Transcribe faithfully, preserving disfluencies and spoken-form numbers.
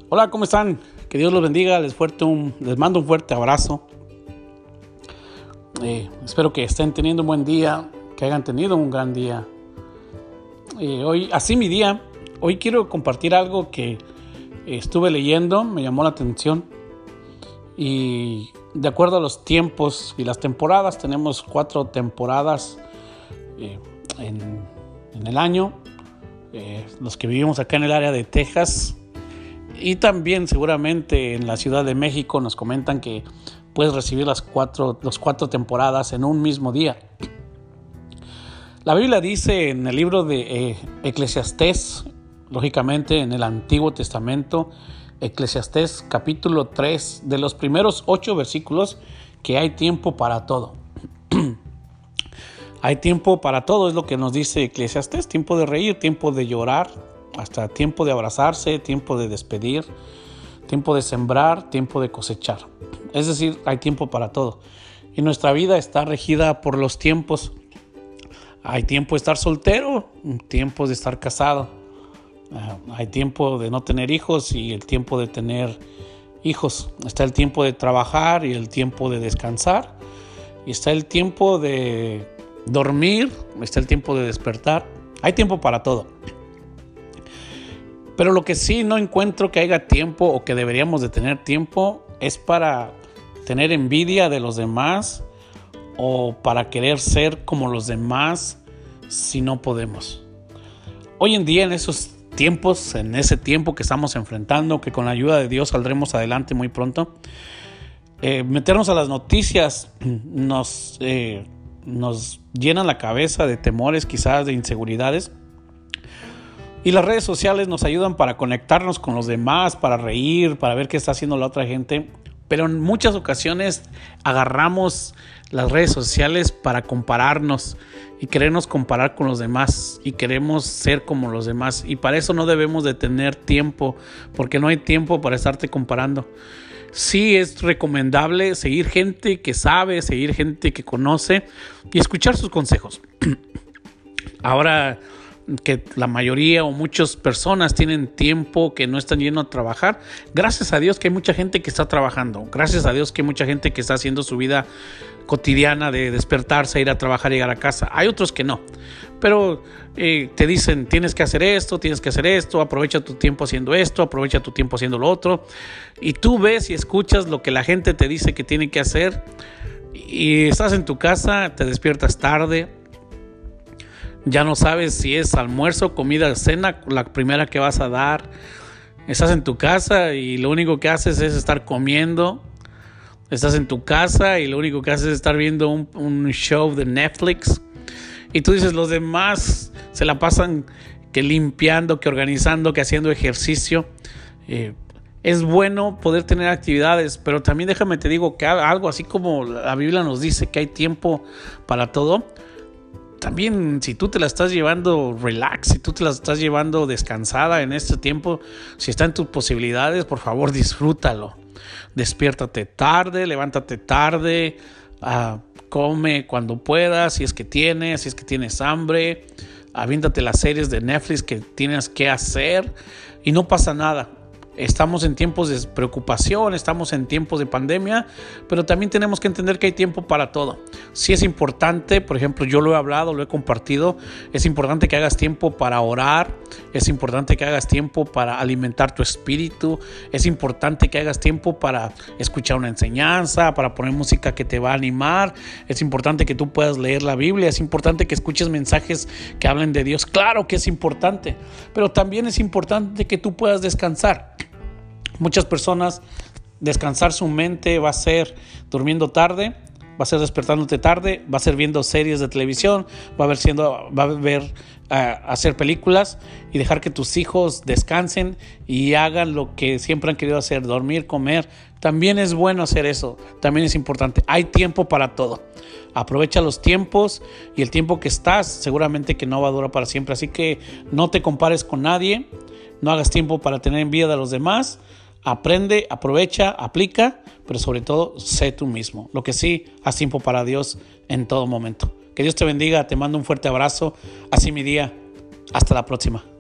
Hola, ¿cómo están? Que Dios los bendiga, les, fuerte un, les mando un fuerte abrazo. Eh, espero que estén teniendo un buen día, que hayan tenido un gran día. Eh, hoy, así mi día, hoy quiero compartir algo que estuve leyendo, me llamó la atención. Y de acuerdo a los tiempos y las temporadas, tenemos cuatro temporadas eh, en, en el año. Eh, los que vivimos acá en el área de Texas y también seguramente en la Ciudad de México nos comentan que puedes recibir las cuatro, las cuatro temporadas en un mismo día. La Biblia dice en el libro de eh, Eclesiastés, lógicamente en el Antiguo Testamento, Eclesiastés capítulo tres, de los primeros ocho versículos, que hay tiempo para todo. Hay tiempo para todo, es lo que nos dice Eclesiastés: tiempo de reír, tiempo de llorar, hasta tiempo de abrazarse, tiempo de despedir, tiempo de sembrar, tiempo de cosechar. Es decir, hay tiempo para todo. Y nuestra vida está regida por los tiempos. Hay tiempo de estar soltero, tiempo de estar casado. Uh, hay tiempo de no tener hijos y el tiempo de tener hijos. Está el tiempo de trabajar y el tiempo de descansar. Y está el tiempo de dormir, está el tiempo de despertar. Hay tiempo para todo. Pero lo que sí no encuentro que haya tiempo o que deberíamos de tener tiempo es para tener envidia de los demás o para querer ser como los demás si no podemos. Hoy en día, en esos tiempos, en ese tiempo que estamos enfrentando, que con la ayuda de Dios saldremos adelante muy pronto, eh, meternos a las noticias nos, eh, nos llenan la cabeza de temores, quizás de inseguridades. Y las redes sociales nos ayudan para conectarnos con los demás, para reír, para ver qué está haciendo la otra gente. Pero en muchas ocasiones agarramos las redes sociales para compararnos y querernos comparar con los demás y queremos ser como los demás. Y para eso no debemos de tener tiempo, porque no hay tiempo para estarte comparando. Sí es recomendable seguir gente que sabe, seguir gente que conoce y escuchar sus consejos. Ahora que la mayoría o muchas personas tienen tiempo que no están yendo a trabajar, gracias a Dios que hay mucha gente que está trabajando, gracias a Dios que hay mucha gente que está haciendo su vida cotidiana de despertarse, ir a trabajar, llegar a casa. Hay otros que no, pero eh, te dicen tienes que hacer esto, tienes que hacer esto, aprovecha tu tiempo haciendo esto, aprovecha tu tiempo haciendo lo otro, y tú ves y escuchas lo que la gente te dice que tiene que hacer y estás en tu casa, te despiertas tarde. Ya no sabes si es almuerzo, comida, cena, la primera que vas a dar. Estás en tu casa y lo único que haces es estar comiendo. Estás en tu casa y lo único que haces es estar viendo un, un show de Netflix. Y tú dices, los demás se la pasan que limpiando, que organizando, que haciendo ejercicio. Eh, es bueno poder tener actividades, pero también déjame te digo que algo así como la Biblia nos dice que hay tiempo para todo. También si tú te la estás llevando relax, si tú te la estás llevando descansada en este tiempo, si está en tus posibilidades, por favor disfrútalo. Despiértate tarde, levántate tarde, uh, come cuando puedas, si es que tienes, si es que tienes hambre, aviéntate las series de Netflix que tienes que hacer y no pasa nada. Estamos en tiempos de preocupación, estamos en tiempos de pandemia, pero también tenemos que entender que hay tiempo para todo. Sí es importante, por ejemplo, yo lo he hablado, lo he compartido, es importante que hagas tiempo para orar, es importante que hagas tiempo para alimentar tu espíritu, es importante que hagas tiempo para escuchar una enseñanza, para poner música que te va a animar, es importante que tú puedas leer la Biblia, es importante que escuches mensajes que hablen de Dios. Claro que es importante, pero también es importante que tú puedas descansar. Muchas personas, descansar su mente va a ser durmiendo tarde, va a ser despertándote tarde, va a ser viendo series de televisión, va a ver siendo, va a ver uh, hacer películas y dejar que tus hijos descansen y hagan lo que siempre han querido hacer, dormir, comer. También es bueno hacer eso, también es importante. Hay tiempo para todo. Aprovecha los tiempos y el tiempo que estás seguramente que no va a durar para siempre. Así que no te compares con nadie, no hagas tiempo para tener envidia de los demás. Aprende, aprovecha, aplica, pero sobre todo sé tú mismo. Lo que sí, haz tiempo para Dios en todo momento. Que Dios te bendiga, te mando un fuerte abrazo. Así mi día. Hasta la próxima.